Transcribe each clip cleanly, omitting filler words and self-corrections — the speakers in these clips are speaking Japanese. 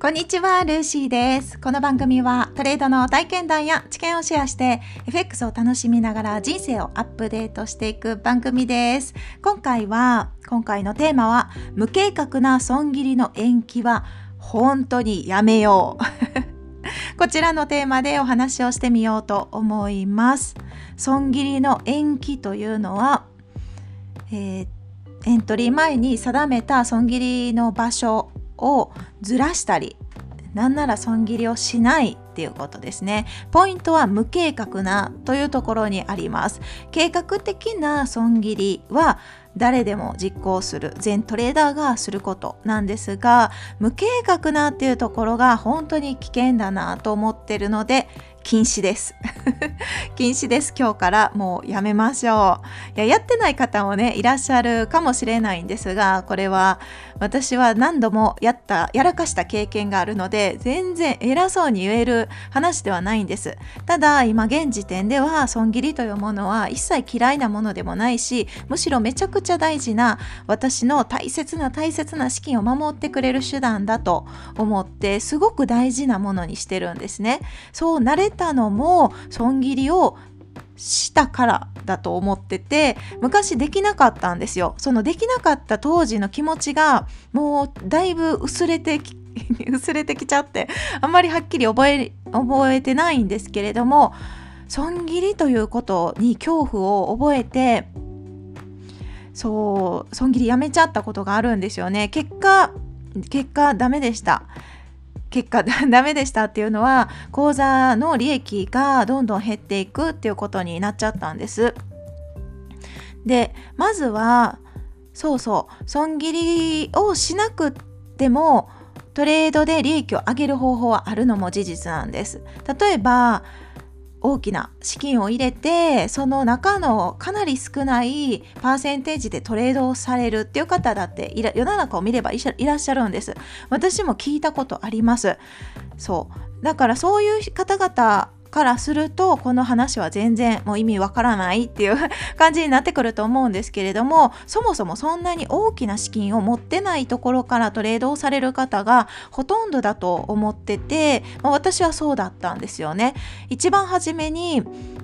こんにちは、ルーシーです。この番組はトレードの体験談や知見をシェアして FX を楽しみながら人生をアップデートしていく番組です。今回のテーマは無計画な損切りの延期は本当にやめようこちらのテーマでお話をしてみようと思います。損切りの延期というのは、エントリー前に定めた損切りの場所をずらしたり、なんなら損切りをしないっていうことですね。ポイントは無計画なというところにあります。計画的な損切りは誰でも実行する、全トレーダーがすることなんですが、無計画なっていうところが本当に危険だなと思ってるので禁止です禁止です。今日からもうやめましょう。やってない方もねいらっしゃるかもしれないんですが、これは私は何度もやらかした経験があるので、全然偉そうに言える話ではないんです。ただ今現時点では損切りというものは一切嫌いなものでもないし、むしろめちゃくちゃ大事な、私の大切な資金を守ってくれる手段だと思って、すごく大事なものにしてるんですね。そう慣れたのも損切りをしたからだと思ってて、昔できなかったんですよ。そのできなかった当時の気持ちがもうだいぶ薄れてきちゃって、あんまりはっきり覚えてないんですけれども、損切りということに恐怖を覚えて、損切りやめちゃったことがあるんですよね。結果ダメでした。ダメでしたっていうのは、口座の利益がどんどん減っていくっていうことになっちゃったんです。で、まずは損切りをしなくってもトレードで利益を上げる方法はあるのも事実なんです。例えば大きな資金を入れて、その中のかなり少ないパーセンテージでトレードをされるっていう方だって世の中を見ればいらっしゃるんです。私も聞いたことあります。だからそういう方々からすると、この話は全然もう意味わからないっていう感じになってくると思うんですけれども、そもそもそんなに大きな資金を持ってないところからトレードをされる方がほとんどだと思ってて、私はそうだったんですよね。一番初めに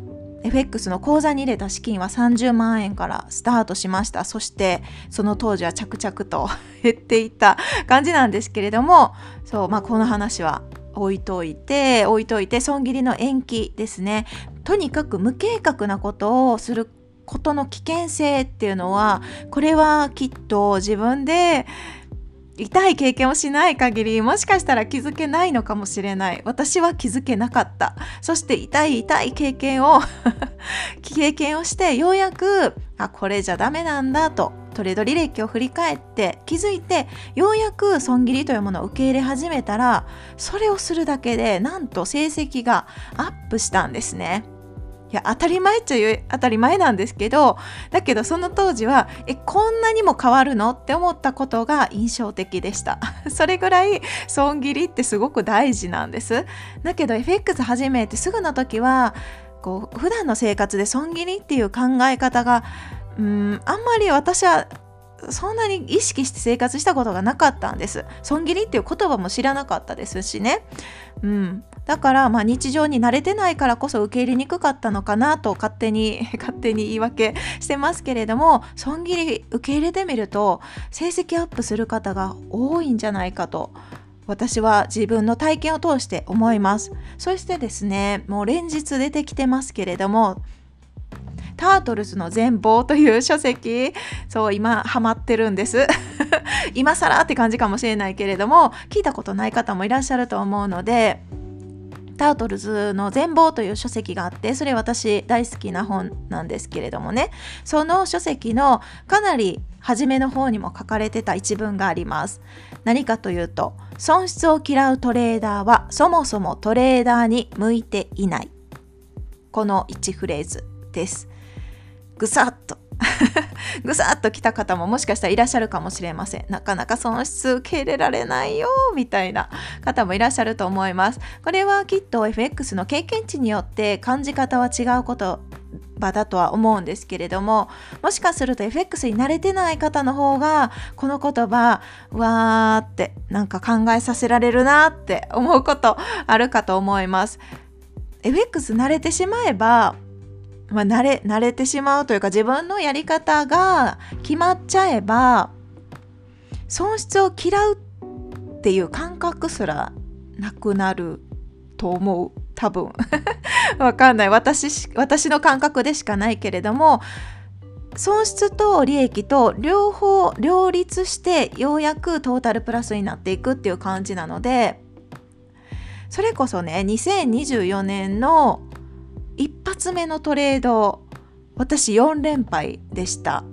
FX の口座に入れた資金は30万円からスタートしました。そしてその当時は着々と減っていった感じなんですけれども、この話は置いといて損切りの延期ですね。とにかく無計画なことをすることの危険性っていうのは、これはきっと自分で痛い経験をしない限りもしかしたら気づけないのかもしれない。私は気づけなかった。そして痛い経験をして、ようやくこれじゃダメなんだとトレード履歴を振り返って気づいて、ようやく損切りというものを受け入れ始めたら、それをするだけでなんと成績がアップしたんですね。当たり前っちゃ当たり前なんですけど、だけどその当時はこんなにも変わるのって思ったことが印象的でしたそれぐらい損切りってすごく大事なんです。だけど FX 始めてすぐの時は普段の生活で損切りっていう考え方があんまり私はそんなに意識して生活したことがなかったんです。損切りっていう言葉も知らなかったですしね。だから日常に慣れてないからこそ受け入れにくかったのかなと勝手に言い訳してますけれども、損切り受け入れてみると成績アップする方が多いんじゃないかと、私は自分の体験を通して思います。そしてですね、もう連日出てきてますけれども、タートルズの全貌という書籍、今ハマってるんです今更って感じかもしれないけれども、聞いたことない方もいらっしゃると思うので、タートルズの全貌という書籍があって、それ私大好きな本なんですけれどもね、その書籍のかなり初めの方にも書かれてた一文があります。何かというと、損失を嫌うトレーダーはそもそもトレーダーに向いていない。この1フレーズです。ぐさっと来た方ももしかしたらいらっしゃるかもしれません。なかなか損失受け入れられないよみたいな方もいらっしゃると思います。これはきっと FX の経験値によって感じ方は違うこと場だとは思うんですけれども、もしかすると FX に慣れてない方の方がこの言葉わーってなんか考えさせられるなって思うことあるかと思います。 FX 慣れてしまえば、慣れてしまうというか、自分のやり方が決まっちゃえば損失を嫌うっていう感覚すらなくなると思う、多分わかんない、私の感覚でしかないけれども、損失と利益と両方両立してようやくトータルプラスになっていくっていう感じなので、それこそね、2024年の一発目のトレード、私4連敗でした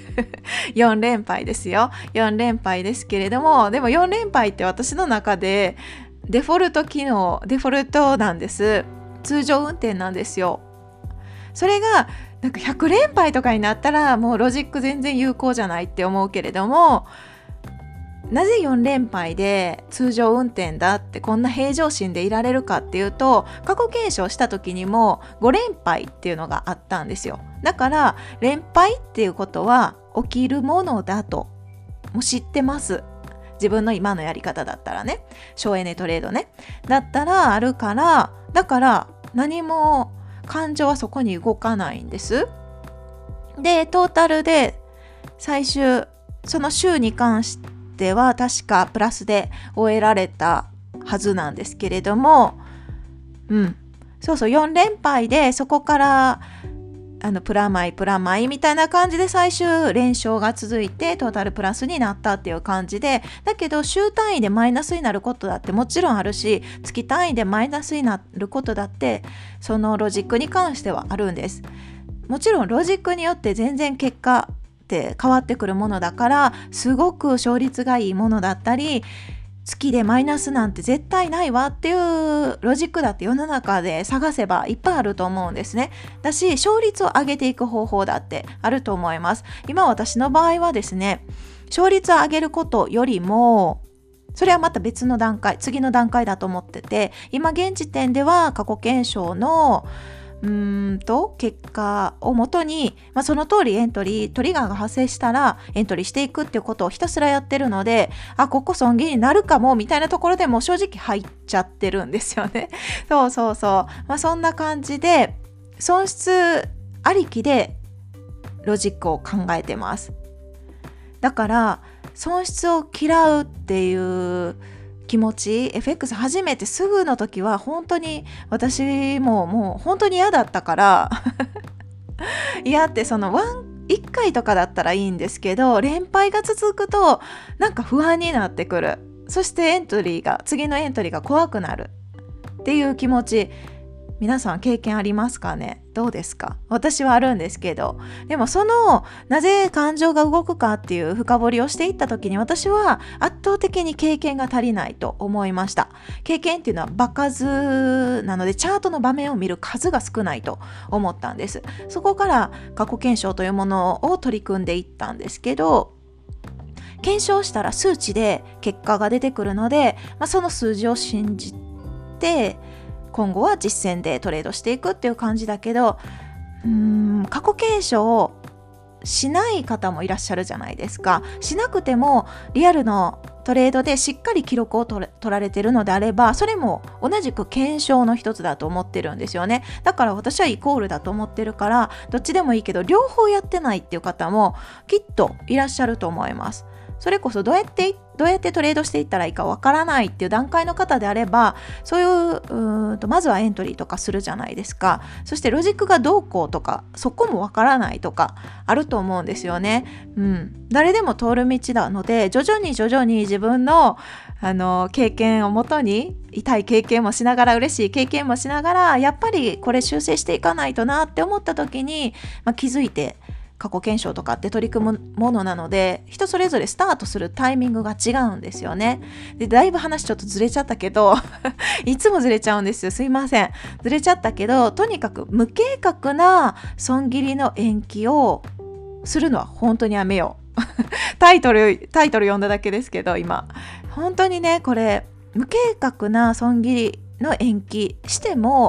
4連敗ですよ。4連敗ですけれども、でも4連敗って私の中でデフォルトなんです。通常運転なんですよ。それがなんか100連敗とかになったらもうロジック全然有効じゃないって思うけれども、なぜ4連敗で通常運転だってこんな平常心でいられるかっていうと、過去検証した時にも5連敗っていうのがあったんですよ。だから連敗っていうことは起きるものだともう知ってます。自分の今のやり方だったらね、省エネトレードねだったらあるから、だから何も感情はそこに動かないんです。でトータルで最終その週に関しては確かプラスで終えられたはずなんですけれども、そうそう、4連敗でそこからプラマイみたいな感じで最終連勝が続いてトータルプラスになったっていう感じで、だけど週単位でマイナスになることだってもちろんあるし、月単位でマイナスになることだってそのロジックに関してはあるんです。もちろんロジックによって全然結果って変わってくるものだから、すごく勝率がいいものだったり、月でマイナスなんて絶対ないわっていうロジックだって世の中で探せばいっぱいあると思うんですね。だし勝率を上げていく方法だってあると思います。今私の場合はですね、勝率を上げることよりもそれはまた別の段階、次の段階だと思ってて、今現時点では過去検証の結果をもとに、その通りトリガーが発生したらエントリーしていくっていうことをひたすらやってるので、ここ損切りになるかもみたいなところでもう正直入っちゃってるんですよね。そう、そんな感じで損失ありきでロジックを考えてます。だから損失を嫌うっていう気持ち、 FX 初めてすぐの時は本当に私もう本当に嫌だったから嫌って、その1回とかだったらいいんですけど、連敗が続くとなんか不安になってくる。そして次のエントリーが怖くなるっていう気持ち、皆さん経験ありますかね？どうですか？私はあるんですけど、でもなぜ感情が動くかっていう深掘りをしていった時に、私は圧倒的に経験が足りないと思いました。経験っていうのは場数なので、チャートの場面を見る数が少ないと思ったんです。そこから過去検証というものを取り組んでいったんですけど、検証したら数値で結果が出てくるので、その数字を信じて今後は実践でトレードしていくっていう感じだけど、過去検証をしない方もいらっしゃるじゃないですか。しなくてもリアルのトレードでしっかり記録を取られてるのであれば、それも同じく検証の一つだと思ってるんですよね。だから私はイコールだと思ってるから、どっちでもいいけど両方やってないっていう方もきっといらっしゃると思います。それこそどうやってトレードしていったらいいかわからないっていう段階の方であれば、そういうまずはエントリーとかするじゃないですか。そしてロジックがどうこうとか、そこもわからないとかあると思うんですよね。誰でも通る道なので、徐々に自分の経験をもとに、痛い経験もしながら嬉しい経験もしながら、やっぱりこれ修正していかないとなって思った時に、気づいて過去検証とかって取り組むものなので、人それぞれスタートするタイミングが違うんですよね。でだいぶ話ちょっとずれちゃったけどいつもずれちゃうんですよ、すいません。ずれちゃったけど、とにかく無計画な損切りの延期をするのは本当にやめようタイトル読んだだけですけど、今本当にね、これ無計画な損切りの延期しても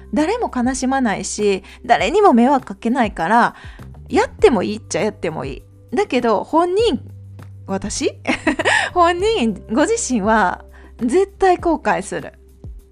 誰も悲しまないし、誰にも迷惑かけないから、やってもいいっちゃやってもいい。だけど私本人ご自身は絶対後悔する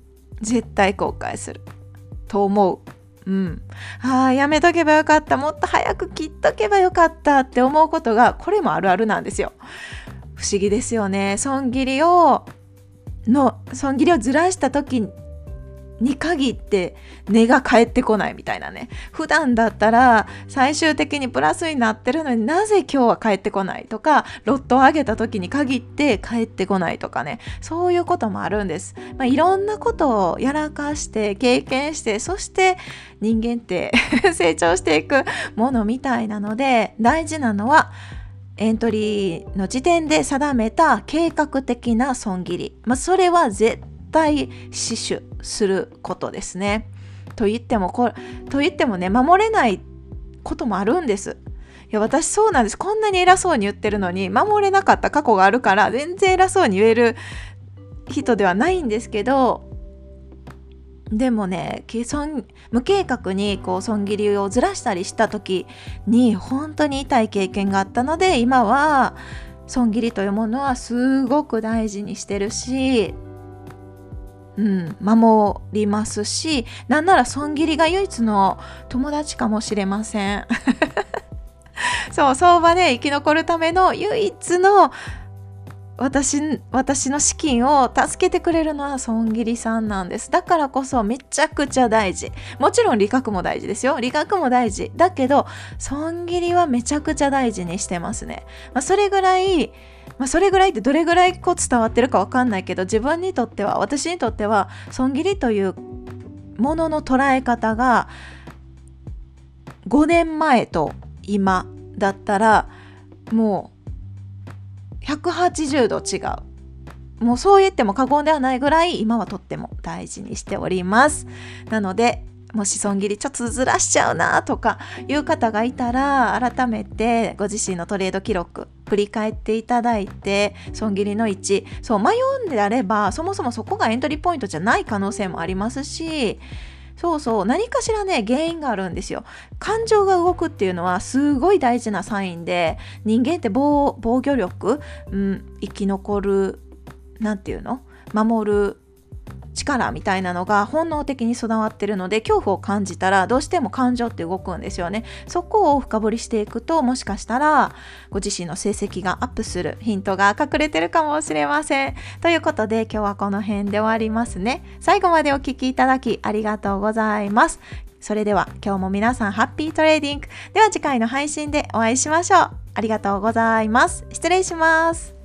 と思う。やめとけばよかった、もっと早く切っとけばよかったって思うことが、これもあるあるなんですよ。不思議ですよね。損切りをずらした時に限って値が返ってこないみたいなね。普段だったら最終的にプラスになってるのに、なぜ今日は返ってこないとか、ロットを上げた時に限って返ってこないとかね、そういうこともあるんです。いろんなことをやらかして経験して、そして人間って成長していくものみたいなので、大事なのはエントリーの時点で定めた計画的な損切り。それは絶対死守することですね。と言ってもね、守れないこともあるんです。いや、私そうなんです。こんなに偉そうに言ってるのに守れなかった過去があるから、全然偉そうに言える人ではないんですけど、でもね、無計画に損切りをずらしたりした時に本当に痛い経験があったので、今は損切りというものはすごく大事にしてるし、守りますし、なんなら損切りが唯一の友達かもしれません。そう、相場で生き残るための唯一の私の資金を助けてくれるのは損切りさんなんです。だからこそめちゃくちゃ大事。もちろん利確も大事ですよ。利確も大事だけど、損切りはめちゃくちゃ大事にしてますね。それぐらいってどれぐらい伝わってるかわかんないけど、私にとっては損切りというものの捉え方が5年前と今だったらもう180度違う。もうそう言っても過言ではないぐらい今はとっても大事にしております。なので、もし損切りちょっとずらしちゃうなとかいう方がいたら、改めてご自身のトレード記録振り返っていただいて、損切りの位置、迷うんであれば、そもそもそこがエントリーポイントじゃない可能性もありますし、何かしらね、原因があるんですよ。感情が動くっていうのはすごい大事なサインで、人間って防御力、生き残る、守る力みたいなのが本能的に備わってるので、恐怖を感じたらどうしても感情って動くんですよね。そこを深掘りしていくと、もしかしたらご自身の成績がアップするヒントが隠れてるかもしれません。ということで、今日はこの辺で終わりますね。最後までお聞きいただきありがとうございます。それでは今日も皆さんハッピートレーディングでは、次回の配信でお会いしましょう。ありがとうございます。失礼します。